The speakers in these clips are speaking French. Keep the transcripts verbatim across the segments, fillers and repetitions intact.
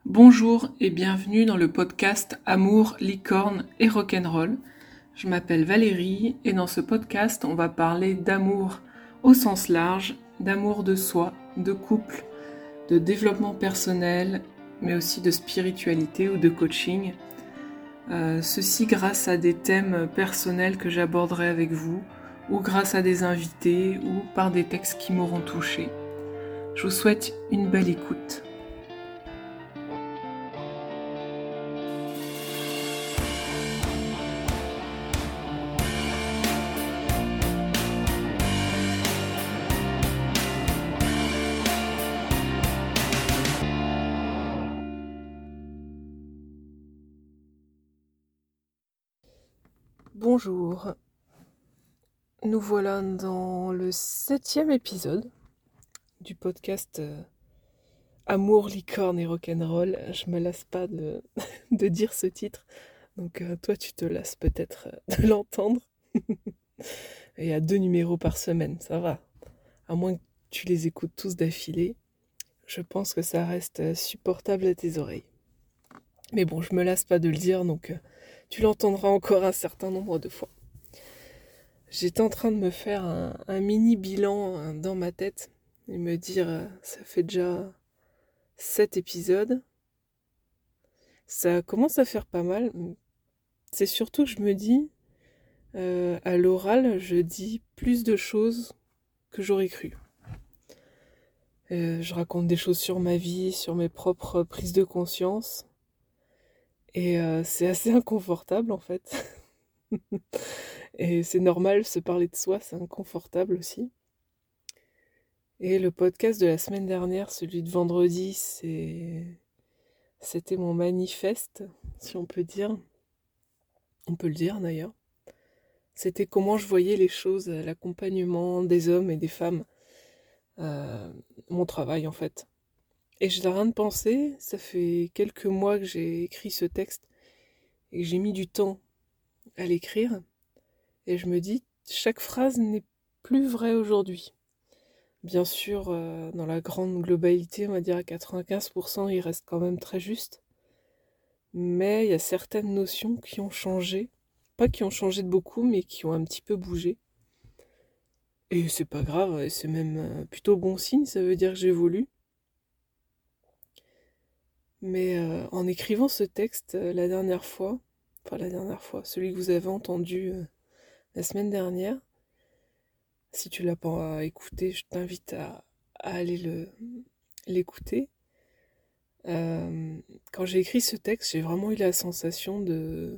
Bonjour et bienvenue dans le podcast Amour, licorne et rock'n'roll. Je m'appelle Valérie et dans ce podcast on va parler d'amour au sens large, d'amour de soi, de couple, de développement personnel, mais aussi de spiritualité ou de coaching. Euh, ceci grâce à des thèmes personnels que j'aborderai avec vous, ou grâce à des invités, ou par des textes qui m'auront touché. Je vous souhaite une belle écoute. Bonjour, nous voilà dans le septième épisode du podcast euh, Amour, licorne et rock'n'roll. Je me lasse pas de, de dire ce titre, donc euh, toi tu te lasses peut-être euh, de l'entendre. Il y a deux numéros par semaine, ça va. À moins que tu les écoutes tous d'affilée, je pense que ça reste euh, supportable à tes oreilles. Mais bon, je me lasse pas de le dire, donc euh, tu l'entendras encore un certain nombre de fois. J'étais en train de me faire un, un mini bilan hein, dans ma tête et me dire euh, ça fait déjà sept épisodes. Ça commence à faire pas mal. C'est surtout que je me dis euh, à l'oral, je dis plus de choses que j'aurais cru. Euh, je raconte des choses sur ma vie, sur mes propres prises de conscience. Et euh, c'est assez inconfortable en fait. Et c'est normal, se parler de soi, c'est inconfortable aussi. Et le podcast de la semaine dernière, celui de vendredi, c'est... c'était mon manifeste, si on peut dire. On peut le dire d'ailleurs. C'était comment je voyais les choses, l'accompagnement des hommes et des femmes. Euh, mon travail en fait. Et je n'ai rien de pensé, ça fait quelques mois que j'ai écrit ce texte et que j'ai mis du temps à l'écrire. Et je me dis, chaque phrase n'est plus vraie aujourd'hui. Bien sûr, euh, dans la grande globalité, on va dire à quatre-vingt-quinze pour cent, il reste quand même très juste. Mais il y a certaines notions qui ont changé. Pas qui ont changé de beaucoup, mais qui ont un petit peu bougé. Et c'est pas grave, c'est même plutôt bon signe, ça veut dire que j'évolue. Mais euh, en écrivant ce texte euh, la dernière fois, enfin la dernière fois, celui que vous avez entendu euh, la semaine dernière, si tu l'as pas écouté, je t'invite à, à aller le, l'écouter. Euh, quand j'ai écrit ce texte, j'ai vraiment eu la sensation de,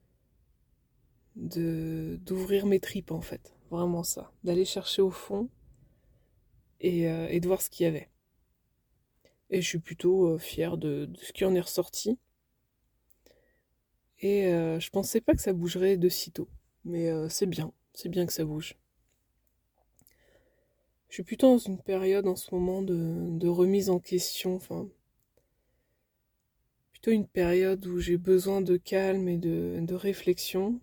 de d'ouvrir mes tripes en fait, vraiment ça, d'aller chercher au fond et, euh, et de voir ce qu'il y avait. Et je suis plutôt euh, fière de, de ce qui en est ressorti. Et euh, je pensais pas que ça bougerait de sitôt, mais euh, c'est bien, c'est bien que ça bouge. Je suis plutôt dans une période en ce moment de, de remise en question, enfin plutôt une période où j'ai besoin de calme et de, de réflexion.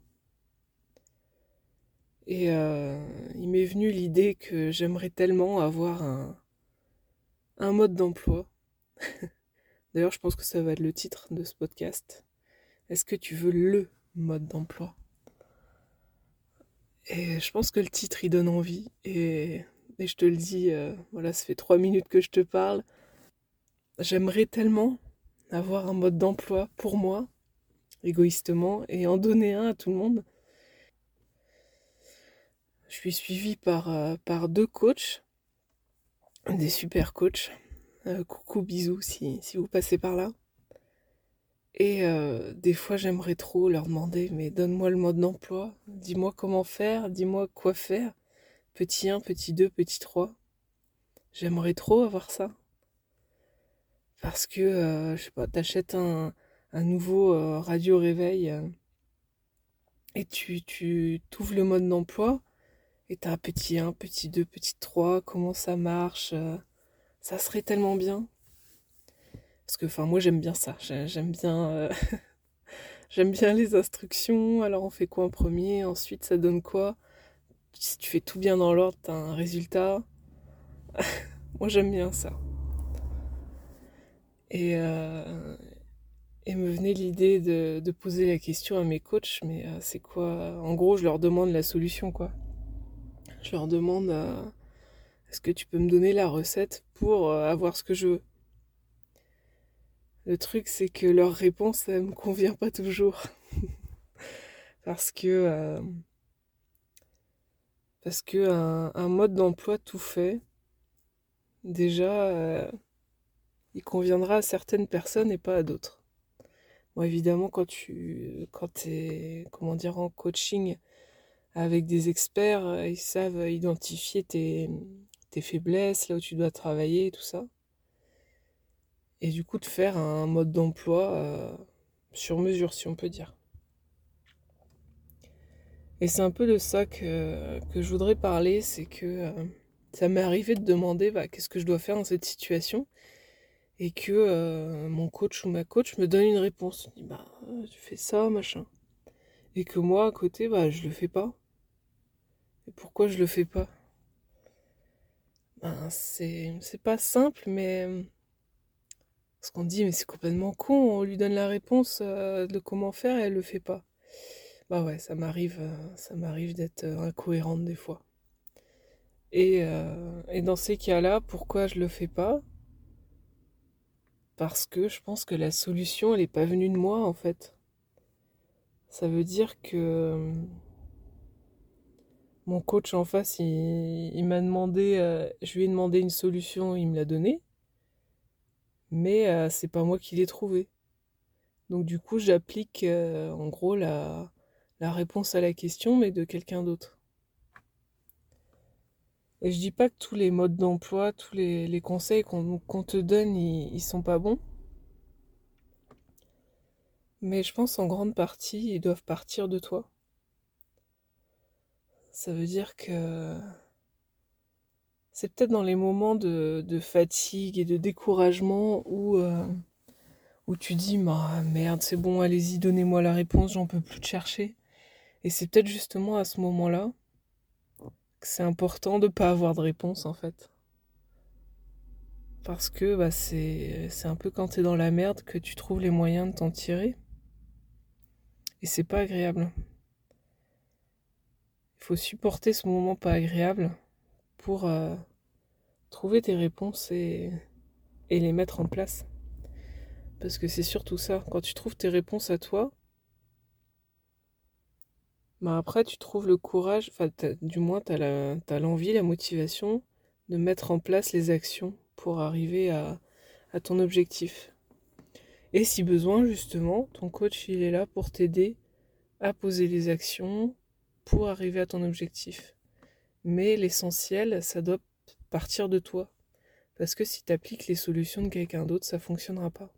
Et euh, il m'est venu l'idée que j'aimerais tellement avoir un, un mode d'emploi. D'ailleurs, je pense que ça va être le titre de ce podcast. Est-ce que tu veux le mode d'emploi? Et je pense que le titre, il donne envie. Et, et je te le dis, euh, voilà, ça fait trois minutes que je te parle. J'aimerais tellement avoir un mode d'emploi pour moi, égoïstement, et en donner un à tout le monde. Je suis suivie par, euh, par deux coachs, des super coachs. Euh, coucou, bisous si, si vous passez par là. Et euh, des fois, j'aimerais trop leur demander, mais donne-moi le mode d'emploi, dis-moi comment faire, dis-moi quoi faire. Petit un, petit deux, petit trois. J'aimerais trop avoir ça. Parce que, euh, je sais pas, t'achètes un, un nouveau euh, radio réveil euh, et tu, tu t'ouvres le mode d'emploi et t'as un petit un, petit deux, petit trois, comment ça marche. euh, ça serait tellement bien. Parce que, enfin, moi j'aime bien ça. J'ai- J'aime bien, euh, j'aime bien les instructions. Alors on fait quoi en premier? Ensuite ça donne quoi? Si tu fais tout bien dans l'ordre, t'as un résultat. Moi j'aime bien ça. Et, euh, Et me venait l'idée de, de poser la question à mes coachs, mais euh, c'est quoi? En gros, je leur demande la solution, quoi. Je leur demande, euh, est-ce que tu peux me donner la recette pour euh, avoir ce que je veux? Le truc, c'est que leur réponse, elle me convient pas toujours. Parce que, euh, parce que un, un mode d'emploi tout fait, déjà, euh, il conviendra à certaines personnes et pas à d'autres. Bon, évidemment, quand tu, quand t'es, comment dire, en coaching avec des experts, euh, ils savent identifier tes, tes faiblesses, là où tu dois travailler et tout ça. Et du coup, de faire un mode d'emploi euh, sur mesure, si on peut dire. Et c'est un peu de ça que, que je voudrais parler, c'est que euh, ça m'est arrivé de demander bah, qu'est-ce que je dois faire dans cette situation et que euh, mon coach ou ma coach me donne une réponse. Il dit bah euh, tu fais ça, machin. Et que moi à côté, bah je le fais pas. Et pourquoi je le fais pas? Ben, c'est, c'est pas simple, mais parce qu'on dit mais c'est complètement con, on lui donne la réponse euh, de comment faire et elle le fait pas. Bah ouais, ça m'arrive, euh, ça m'arrive d'être euh, incohérente des fois. Et, euh, et dans ces cas-là, pourquoi je le fais pas? Parce que je pense que la solution, elle est pas venue de moi en fait. Ça veut dire que euh, mon coach en face, il, il m'a demandé, euh, je lui ai demandé une solution, il me l'a donnée, mais euh, c'est pas moi qui l'ai trouvée. Donc du coup, j'applique euh, en gros la, la réponse à la question, mais de quelqu'un d'autre. Et je dis pas que tous les modes d'emploi, tous les, les conseils qu'on qu'on te donne, ils, ils sont pas bons. Mais je pense en grande partie, ils doivent partir de toi. Ça veut dire que c'est peut-être dans les moments de, de fatigue et de découragement où, euh, où tu dis ah, merde, c'est bon, allez-y, donnez-moi la réponse, j'en peux plus te chercher. Et c'est peut-être justement à ce moment-là que c'est important de pas avoir de réponse en fait. Parce que bah, c'est, c'est un peu quand t'es dans la merde que tu trouves les moyens de t'en tirer. Et c'est pas agréable. Il faut supporter ce moment pas agréable pour euh, trouver tes réponses et, et les mettre en place. Parce que c'est surtout ça. Quand tu trouves tes réponses à toi, bah après tu trouves le courage, enfin du moins t'as, la, t'as l'envie, la motivation de mettre en place les actions pour arriver à, à ton objectif. Et si besoin, justement, ton coach il est là pour t'aider à poser les actions pour arriver à ton objectif. Mais l'essentiel, ça doit partir de toi. Parce que si tu appliques les solutions de quelqu'un d'autre, ça fonctionnera pas.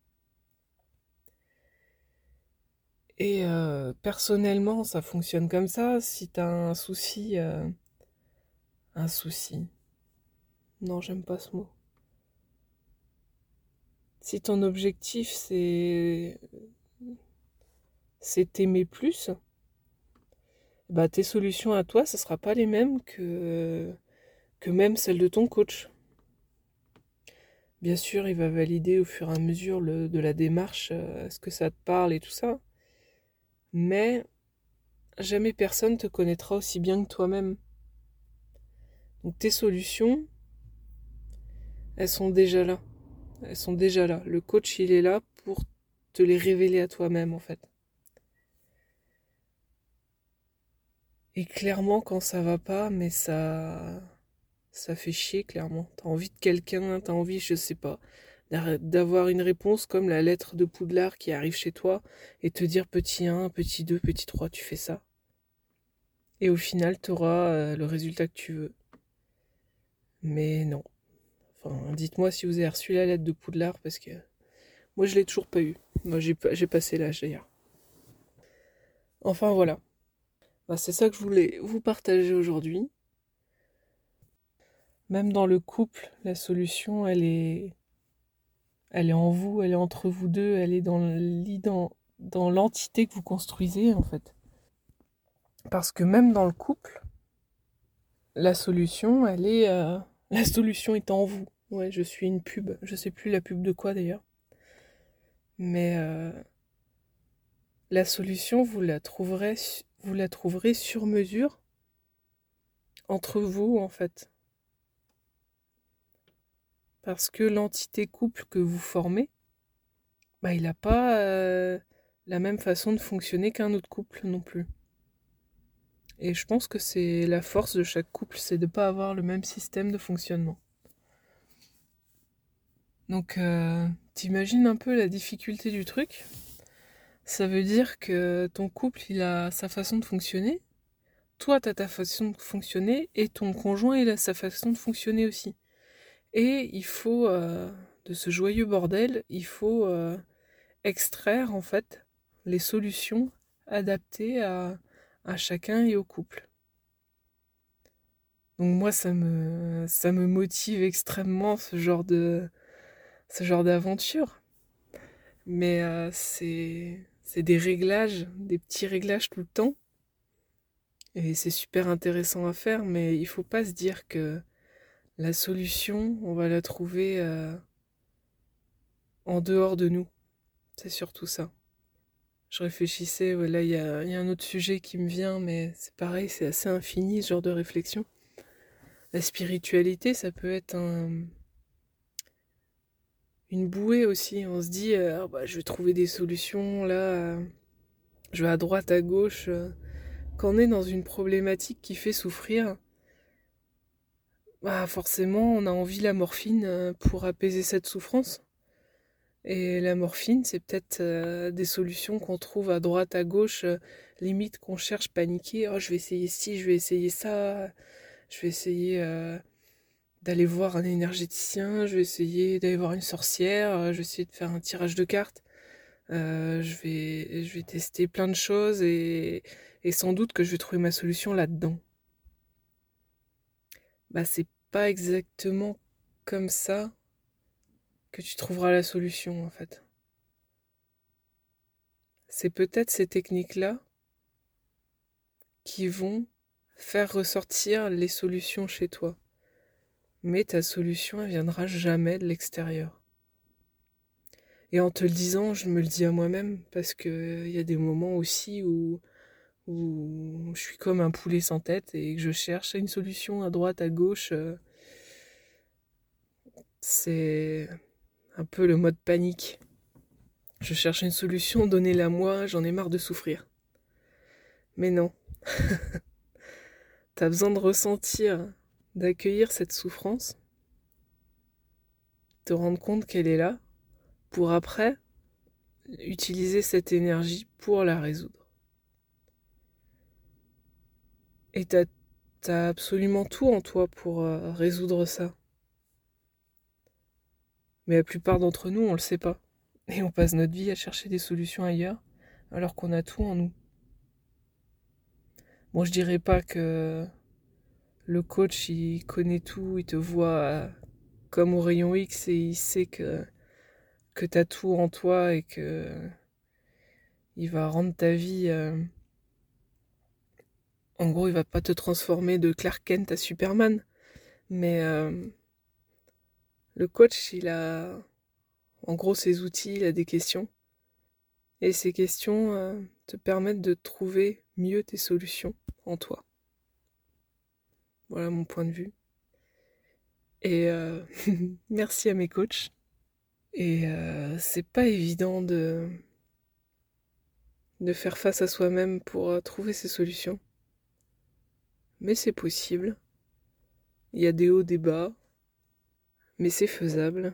Et euh, personnellement, ça fonctionne comme ça. Si tu as un souci, euh, un souci. Non, j'aime pas ce mot. Si ton objectif c'est c'est t'aimer plus, bah tes solutions à toi, ce sera pas les mêmes que que même celles de ton coach. Bien sûr, il va valider au fur et à mesure le, de la démarche, euh, ce que ça te parle et tout ça. Mais jamais personne te connaîtra aussi bien que toi-même. Donc tes solutions, elles sont déjà là. Elles sont déjà là. Le coach, il est là pour te les révéler à toi-même, en fait. Et clairement, quand ça va pas, mais ça, ça fait chier, clairement. T'as envie de quelqu'un, t'as envie, je sais pas, d'avoir une réponse comme la lettre de Poudlard qui arrive chez toi et te dire petit un, petit deux, petit trois, tu fais ça. Et au final, t'auras euh, le résultat que tu veux. Mais non. Enfin, dites-moi si vous avez reçu la lettre de Poudlard parce que moi je l'ai toujours pas eu. Moi j'ai, j'ai passé l'âge d'ailleurs. Enfin voilà. Bah, c'est ça que je voulais vous partager aujourd'hui. Même dans le couple, la solution elle est, elle est en vous, elle est entre vous deux, elle est dans, l'ident... dans l'entité que vous construisez en fait. Parce que même dans le couple, la solution elle est, euh... la solution est en vous. Ouais, je suis une pub. Je sais plus la pub de quoi d'ailleurs. mais euh, la solution, vous la trouverez, vous la trouverez sur mesure entre vous, en fait. Parce que l'entité couple que vous formez, bah, il n'a pas euh, la même façon de fonctionner qu'un autre couple non plus. Et je pense que c'est la force de chaque couple, c'est de ne pas avoir le même système de fonctionnement. Donc, euh, t'imagines un peu la difficulté du truc. Ça veut dire que ton couple, il a sa façon de fonctionner, toi, t'as ta façon de fonctionner, et ton conjoint, il a sa façon de fonctionner aussi. Et il faut, euh, de ce joyeux bordel, il faut euh, extraire, en fait, les solutions adaptées à, à chacun et au couple. Donc moi, ça me, ça me motive extrêmement, ce genre de, ce genre d'aventure. Mais euh, c'est, c'est des réglages, des petits réglages tout le temps. Et c'est super intéressant à faire, mais il faut pas se dire que la solution, on va la trouver euh, en dehors de nous. C'est surtout ça. Je réfléchissais, ouais, là il y a, y a un autre sujet qui me vient, mais c'est pareil, c'est assez infini ce genre de réflexion. La spiritualité, ça peut être un, une bouée aussi. On se dit, euh, ah bah, je vais trouver des solutions, là, euh, je vais à droite, à gauche. Euh, quand on est dans une problématique qui fait souffrir, bah forcément on a envie de la morphine euh, pour apaiser cette souffrance. Et la morphine, c'est peut-être euh, des solutions qu'on trouve à droite, à gauche, euh, limite qu'on cherche paniquer. Oh, je vais essayer ci, je vais essayer ça, je vais essayer euh, d'aller voir un énergéticien, je vais essayer d'aller voir une sorcière, euh, je vais essayer de faire un tirage de cartes. Euh, je vais, je vais tester plein de choses et, et sans doute que je vais trouver ma solution là-dedans. Bah, c'est pas exactement comme ça que tu trouveras la solution en fait. C'est peut-être ces techniques-là qui vont faire ressortir les solutions chez toi. Mais ta solution, elle viendra jamais de l'extérieur. Et en te le disant, je me le dis à moi-même, parce qu'il y a des moments aussi où, où je suis comme un poulet sans tête et que je cherche une solution à droite, à gauche. C'est un peu le mode panique. Je cherche une solution, donnez-la moi, j'en ai marre de souffrir. Mais non. T'as besoin de ressentir, d'accueillir cette souffrance, te rendre compte qu'elle est là, pour après utiliser cette énergie pour la résoudre. Et t'as, t'as absolument tout en toi pour euh, résoudre ça. Mais la plupart d'entre nous, on le sait pas. Et on passe notre vie à chercher des solutions ailleurs, alors qu'on a tout en nous. Bon, je dirais pas que le coach, il connaît tout, il te voit comme au rayon X et il sait que, que t'as tout en toi et que il va rendre ta vie... euh, En gros, il va pas te transformer de Clark Kent à Superman. Mais euh, le coach, il a en gros ses outils, il a des questions. Et ces questions euh, te permettent de trouver mieux tes solutions en toi. Voilà mon point de vue. Et euh, merci à mes coachs. Et euh, c'est pas évident de, de faire face à soi-même pour euh, trouver ces solutions. Mais c'est possible. Il y a des hauts, des bas. Mais c'est faisable.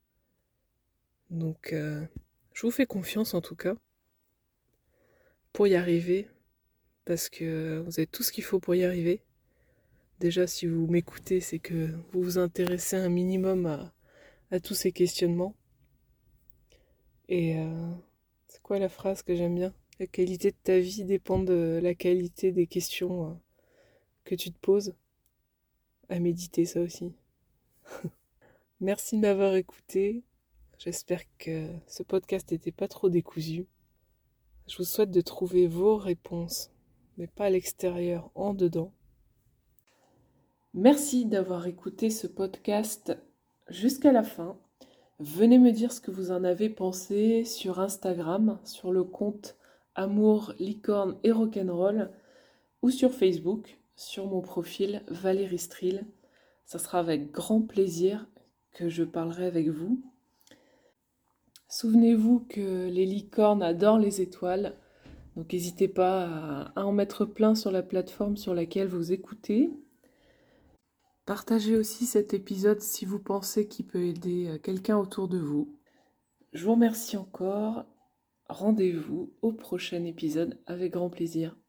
Donc euh, je vous fais confiance en tout cas pour y arriver. Parce que vous avez tout ce qu'il faut pour y arriver. Déjà, si vous m'écoutez, c'est que vous vous intéressez un minimum à, à tous ces questionnements. Et euh, c'est quoi la phrase que j'aime bien? La qualité de ta vie dépend de la qualité des questions euh, que tu te poses. À méditer ça aussi. Merci de m'avoir écouté. J'espère que ce podcast n'était pas trop décousu. Je vous souhaite de trouver vos réponses, mais pas à l'extérieur, en dedans. Merci d'avoir écouté ce podcast jusqu'à la fin. Venez me dire ce que vous en avez pensé sur Instagram, sur le compte Amour, Licorne et Rock'n'Roll, ou sur Facebook, sur mon profil Valérie Strill. Ça sera avec grand plaisir que je parlerai avec vous. Souvenez-vous que les licornes adorent les étoiles, donc n'hésitez pas à en mettre plein sur la plateforme sur laquelle vous écoutez. Partagez aussi cet épisode si vous pensez qu'il peut aider quelqu'un autour de vous. Je vous remercie encore. Rendez-vous au prochain épisode avec grand plaisir.